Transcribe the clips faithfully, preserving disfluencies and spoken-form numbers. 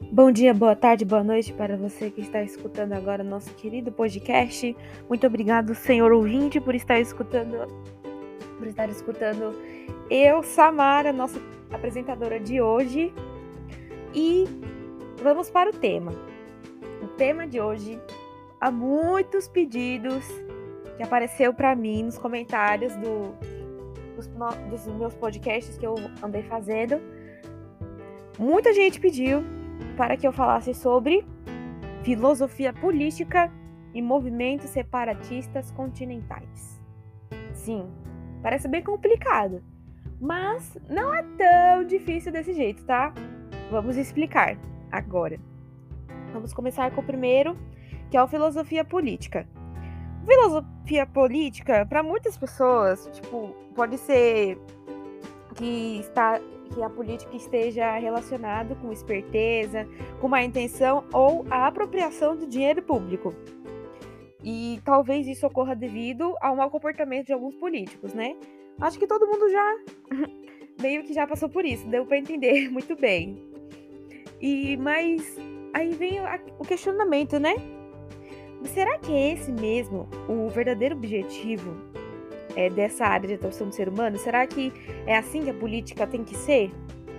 Bom dia, boa tarde, boa noite para você que está escutando agora nosso querido podcast. Muito obrigado, senhor ouvinte, por estar escutando, por estar escutando eu, Samara, nossa apresentadora de hoje. E vamos para o tema. O tema de hoje, há muitos pedidos que apareceu para mim nos comentários do, dos, dos meus podcasts que eu andei fazendo. Muita gente pediu para que eu falasse sobre filosofia política e movimentos separatistas continentais. Sim, parece bem complicado, mas não é tão difícil desse jeito, tá? Vamos explicar agora. Vamos começar com o primeiro, que é a filosofia política. Filosofia política, para muitas pessoas, tipo, pode ser que está que a política esteja relacionada com esperteza, com má intenção ou a apropriação do dinheiro público. E talvez isso ocorra devido ao mau comportamento de alguns políticos, né? Acho que todo mundo já meio que já passou por isso, deu para entender muito bem. E mas aí vem o questionamento, né? Será que é esse mesmo o verdadeiro objetivo É, dessa área de atuação do ser humano? Será que é assim que a política tem que ser?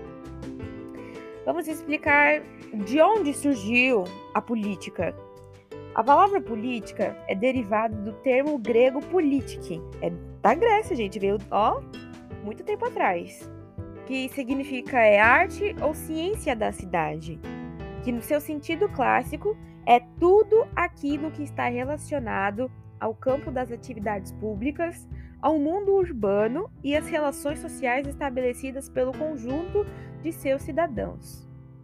Vamos explicar de onde surgiu a política. A palavra política é derivada do termo grego politike. É da Grécia, gente, veio, ó, muito tempo atrás. Que significa é arte ou ciência da cidade. Que no seu sentido clássico é tudo aquilo que está relacionado ao campo das atividades públicas, ao mundo urbano e às relações sociais estabelecidas pelo conjunto de seus cidadãos.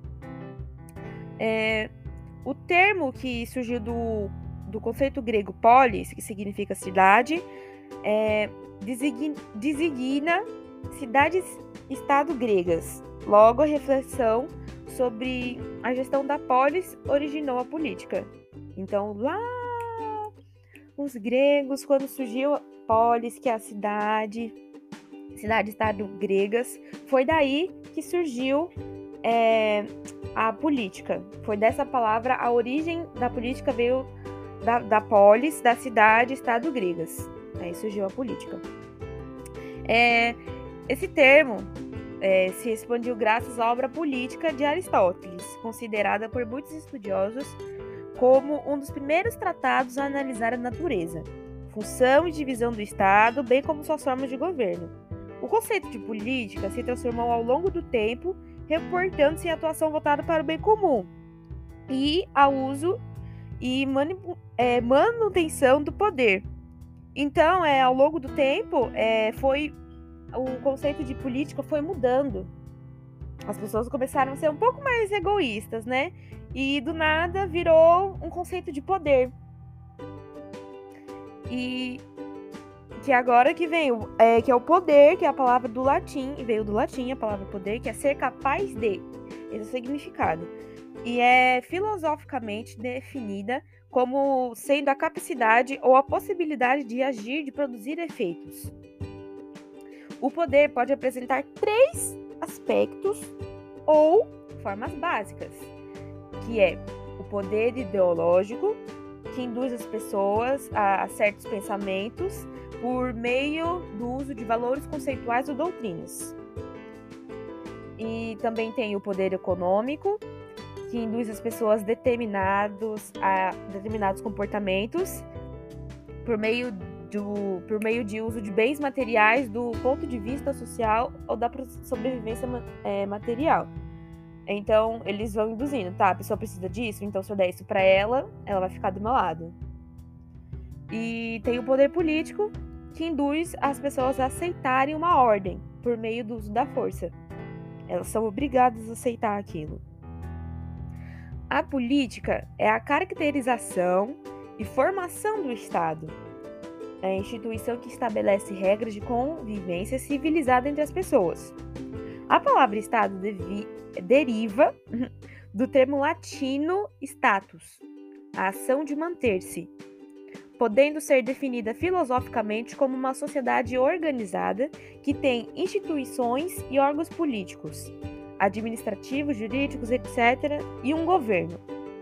É, o termo que surgiu do, do conceito grego polis, que significa cidade, é, designa, designa cidades-estado gregas. Logo, a reflexão sobre a gestão da polis originou a política. Então, lá os gregos, quando surgiu a polis, que é a cidade, cidade-estado gregas, foi daí que surgiu é, a política. Foi dessa palavra, a origem da política veio da, da polis, da cidade-estado gregas. Aí surgiu a política. É, esse termo é, se expandiu graças à obra política de Aristóteles, considerada por muitos estudiosos como um dos primeiros tratados a analisar a natureza, função e divisão do Estado, bem como suas formas de governo. O conceito de política se transformou ao longo do tempo, reportando-se em atuação voltada para o bem comum e ao uso e manipu- é, manutenção do poder. Então, é, ao longo do tempo, é, foi o conceito de política foi mudando. As pessoas começaram a ser um pouco mais egoístas, né? E do nada virou um conceito de poder. E que agora que vem, é, que é o poder, que é a palavra do latim, e veio do latim a palavra poder, que é ser capaz de. Esse é o significado. E é filosoficamente definida como sendo a capacidade ou a possibilidade de agir, de produzir efeitos. O poder pode apresentar três aspectos ou formas básicas, que é o poder ideológico, que induz as pessoas a certos pensamentos por meio do uso de valores conceituais ou doutrinas. E também tem o poder econômico, que induz as pessoas determinados a determinados comportamentos por meio do, por meio de uso de bens materiais do ponto de vista social ou da sobrevivência é, material. Então, eles vão induzindo, tá? A pessoa precisa disso, então se eu der isso pra ela, ela vai ficar do meu lado. E tem o poder político, que induz as pessoas a aceitarem uma ordem por meio do uso da força. Elas são obrigadas a aceitar aquilo. A política é a caracterização e formação do Estado. É a instituição que estabelece regras de convivência civilizada entre as pessoas. A palavra Estado devi, deriva do termo latino status, a ação de manter-se, podendo ser definida filosoficamente como uma sociedade organizada que tem instituições e órgãos políticos, administrativos, jurídicos, etcétera, e um governo.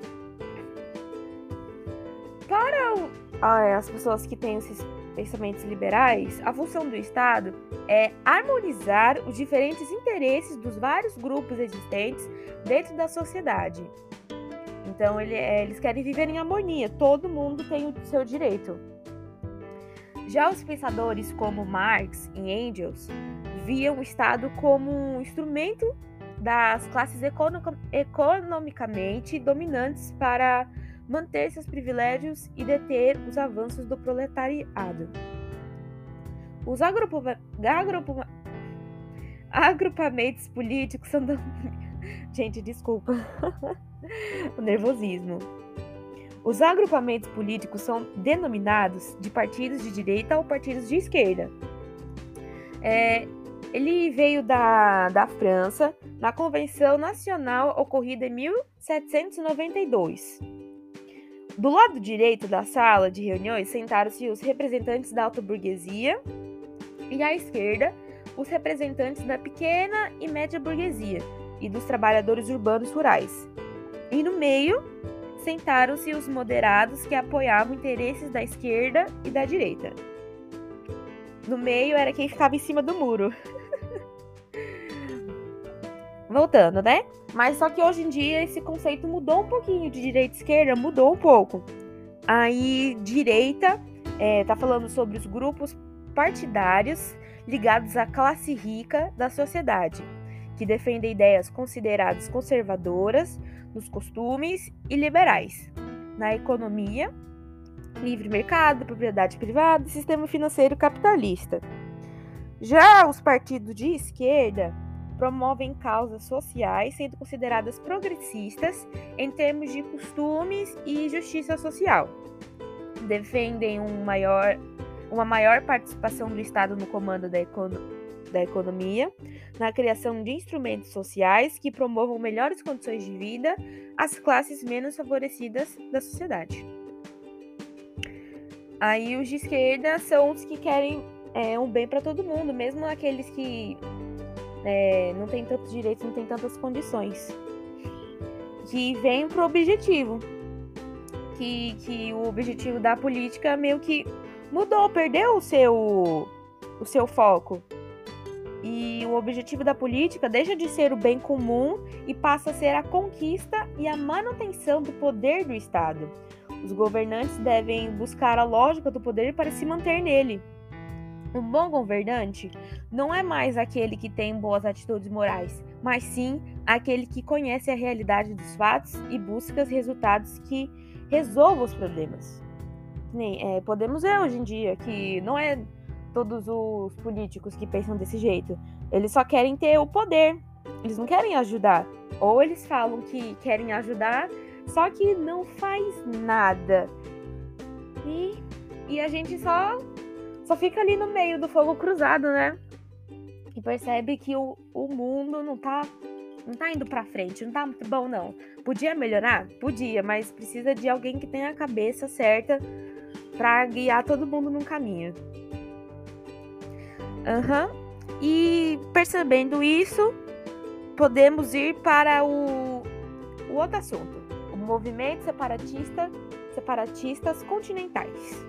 Para o, ah, as pessoas que têm esses pensamentos liberais, a função do Estado é harmonizar os diferentes interesses dos vários grupos existentes dentro da sociedade. Então, ele, é, eles querem viver em harmonia, todo mundo tem o seu direito. Já os pensadores como Marx e Engels viam o Estado como um instrumento das classes econo- economicamente dominantes para manter seus privilégios e deter os avanços do proletariado. Os agrupa- agrupa- agrupamentos políticos são... Do... Gente, desculpa. O nervosismo. Os agrupamentos políticos são denominados de partidos de direita ou partidos de esquerda. É, ele veio da, da França, na Convenção Nacional ocorrida em mil setecentos e noventa e dois. Do lado direito da sala de reuniões sentaram-se os representantes da alta burguesia e à esquerda os representantes da pequena e média burguesia e dos trabalhadores urbanos rurais. E no meio sentaram-se os moderados que apoiavam interesses da esquerda e da direita. No meio era quem ficava em cima do muro. Voltando, né? Mas só que hoje em dia esse conceito mudou um pouquinho, de direita e esquerda mudou um pouco. Aí, direita, é, tá falando sobre os grupos partidários ligados à classe rica da sociedade, que defendem ideias consideradas conservadoras nos costumes e liberais na economia, livre mercado, propriedade privada e sistema financeiro capitalista. Já os partidos de esquerda promovem causas sociais sendo consideradas progressistas em termos de costumes e justiça social. Defendem um maior, uma maior participação do Estado no comando da, econo, da economia, na criação de instrumentos sociais que promovam melhores condições de vida às classes menos favorecidas da sociedade. Aí os de esquerda são os que querem é, um bem para todo mundo, mesmo aqueles que É, não tem tantos direitos, não tem tantas condições, que vem pro objetivo, que, que o objetivo da política meio que mudou, perdeu o seu, o seu foco, e o objetivo da política deixa de ser o bem comum e passa a ser a conquista e a manutenção do poder do Estado. Os governantes devem buscar a lógica do poder para se manter nele. Um bom governante não é mais aquele que tem boas atitudes morais, mas sim aquele que conhece a realidade dos fatos e busca resultados que resolvam os problemas. É, podemos ver hoje em dia que não é todos os políticos que pensam desse jeito. Eles só querem ter o poder, eles não querem ajudar. Ou eles falam que querem ajudar, só que não faz nada. E, e a gente só... Só fica ali no meio do fogo cruzado, né? E percebe que o, o mundo não tá, não tá indo pra frente, não tá muito bom, não. Podia melhorar? Podia, mas precisa de alguém que tenha a cabeça certa pra guiar todo mundo num caminho. Uhum. E percebendo isso, podemos ir para o, o outro assunto. O movimento separatista, separatistas continentais.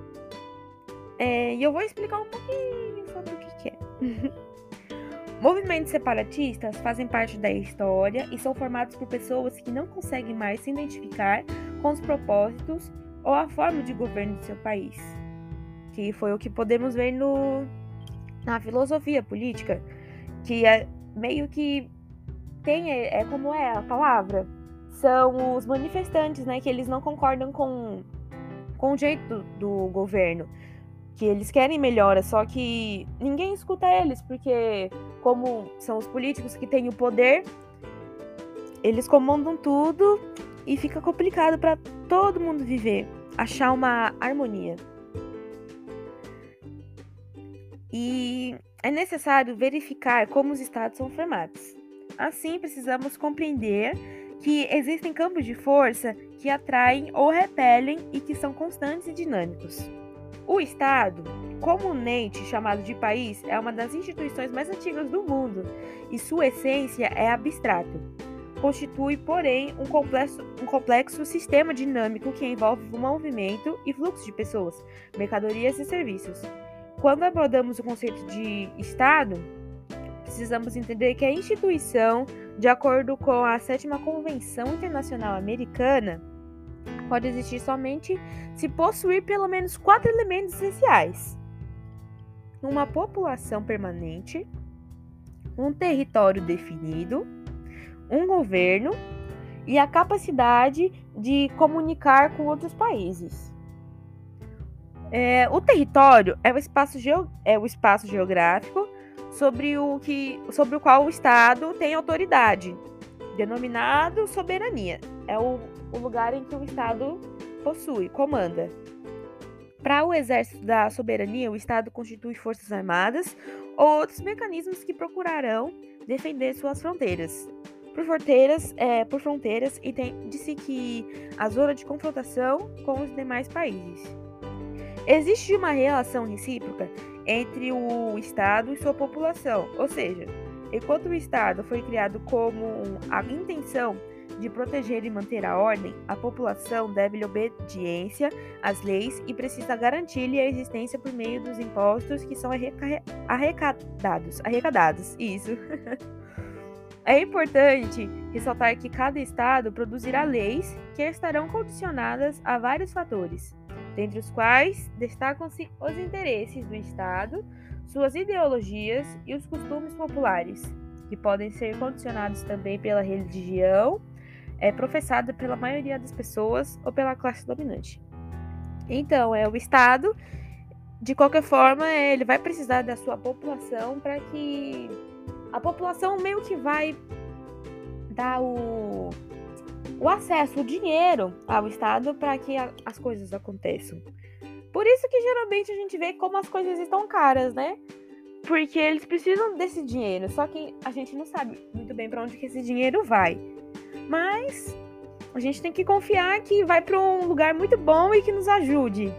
É, e eu vou explicar um pouquinho sobre o que, que é. Movimentos separatistas fazem parte da história e são formados por pessoas que não conseguem mais se identificar com os propósitos ou a forma de governo do seu país. Que foi o que podemos ver no, na filosofia política, que é meio que tem, é, é como é a palavra, são os manifestantes, né, que eles não concordam com, com o jeito do, do governo. Que eles querem melhora, só que ninguém escuta eles, porque como são os políticos que têm o poder, eles comandam tudo e fica complicado para todo mundo viver, achar uma harmonia. E é necessário verificar como os estados são formados. Assim, precisamos compreender que existem campos de força que atraem ou repelem e que são constantes e dinâmicos. O Estado, comumente chamado de país, é uma das instituições mais antigas do mundo e sua essência é abstrato. Constitui, porém, um complexo, um complexo sistema dinâmico que envolve o movimento e fluxo de pessoas, mercadorias e serviços. Quando abordamos o conceito de Estado, precisamos entender que a instituição, de acordo com a Sétima Convenção Internacional Americana, pode existir somente se possuir pelo menos quatro elementos essenciais: uma população permanente, um território definido, um governo e a capacidade de comunicar com outros países. É, o território é o espaço, geo, é o espaço geográfico sobre o, que, sobre o qual o Estado tem autoridade, denominado soberania. É o, o lugar em que o Estado possui, comanda. Para o exército da soberania, o Estado constitui forças armadas ou outros mecanismos que procurarão defender suas fronteiras. Por fronteiras, é, por fronteiras entende-se que a zona de confrontação com os demais países. Existe uma relação recíproca entre o Estado e sua população, ou seja, enquanto o Estado foi criado como a intenção de proteger e manter a ordem, a população deve obediência às leis e precisa garantir-lhe a existência por meio dos impostos que são arrecadados. Arrecadados, isso. É importante ressaltar que cada Estado produzirá leis que estarão condicionadas a vários fatores, dentre os quais destacam-se os interesses do Estado, suas ideologias e os costumes populares, que podem ser condicionados também pela religião é, professada pela maioria das pessoas ou pela classe dominante. Então, é o Estado, de qualquer forma, ele vai precisar da sua população para que a população meio que vai dar o, o acesso, o dinheiro ao Estado para que a, as coisas aconteçam. Por isso que geralmente a gente vê como as coisas estão caras, né? Porque eles precisam desse dinheiro, só que a gente não sabe muito bem para onde que esse dinheiro vai. Mas a gente tem que confiar que vai para um lugar muito bom e que nos ajude.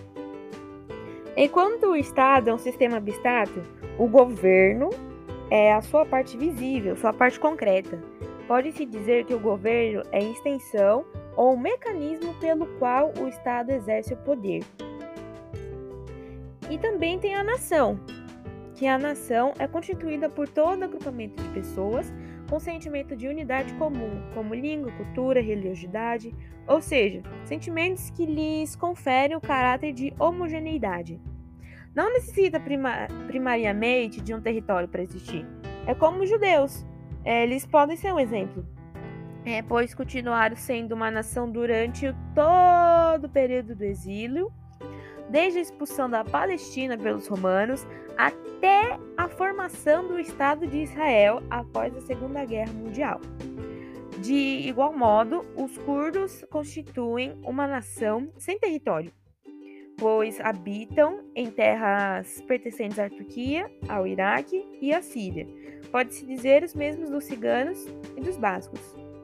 Enquanto o Estado é um sistema abstrato, o governo é a sua parte visível, sua parte concreta. Pode-se dizer que o governo é a extensão ou o mecanismo pelo qual o Estado exerce o poder. E também tem a nação, que a nação é constituída por todo agrupamento de pessoas com sentimento de unidade comum, como língua, cultura, religiosidade, ou seja, sentimentos que lhes conferem o caráter de homogeneidade. Não necessita prima- primariamente de um território para existir. É como os judeus. É, eles podem ser um exemplo, é, pois continuaram sendo uma nação durante todo o período do exílio, desde a expulsão da Palestina pelos romanos até a formação do Estado de Israel após a Segunda Guerra Mundial. De igual modo, os curdos constituem uma nação sem território, pois habitam em terras pertencentes à Turquia, ao Iraque e à Síria. Pode-se dizer os mesmos dos ciganos e dos bascos.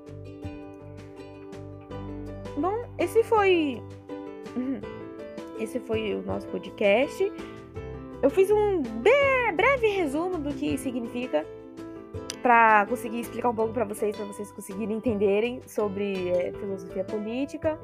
Bom, esse foi esse foi o nosso podcast. Eu fiz um breve resumo do que significa para conseguir explicar um pouco para vocês, para vocês conseguirem entenderem sobre é, filosofia política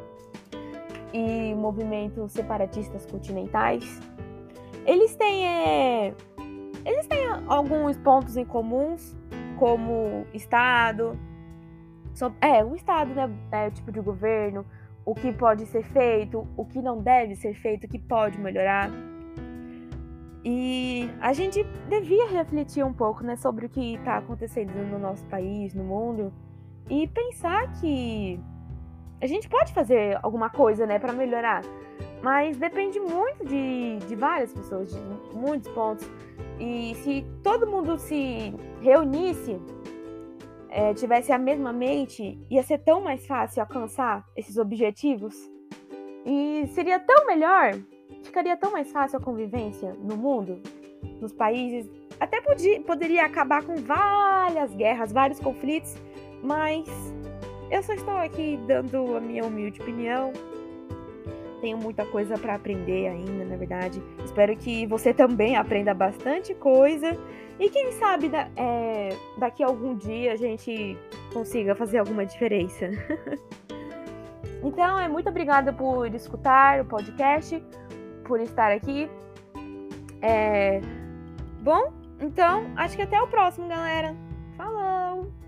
e movimentos separatistas continentais. Eles têm, é, eles têm alguns pontos em comuns, como Estado, so, é, o Estado, né, é o tipo de governo, o que pode ser feito, o que não deve ser feito, o que pode melhorar. E a gente devia refletir um pouco, né, sobre o que está acontecendo no nosso país, no mundo, e pensar que a gente pode fazer alguma coisa, né, para melhorar, mas depende muito de, de várias pessoas, de muitos pontos. E se todo mundo se reunisse, é, tivesse a mesma mente, ia ser tão mais fácil alcançar esses objetivos. E seria tão melhor, ficaria tão mais fácil a convivência no mundo, nos países. Até podia, poderia acabar com várias guerras, vários conflitos, mas eu só estou aqui dando a minha humilde opinião. tenho muita coisa para aprender ainda, na verdade. Espero que você também aprenda bastante coisa. E quem sabe da, é, daqui a algum dia a gente consiga fazer alguma diferença. Então, é muito obrigada por escutar o podcast, por estar aqui. É... Bom, então, acho que até o próximo, galera. Falou!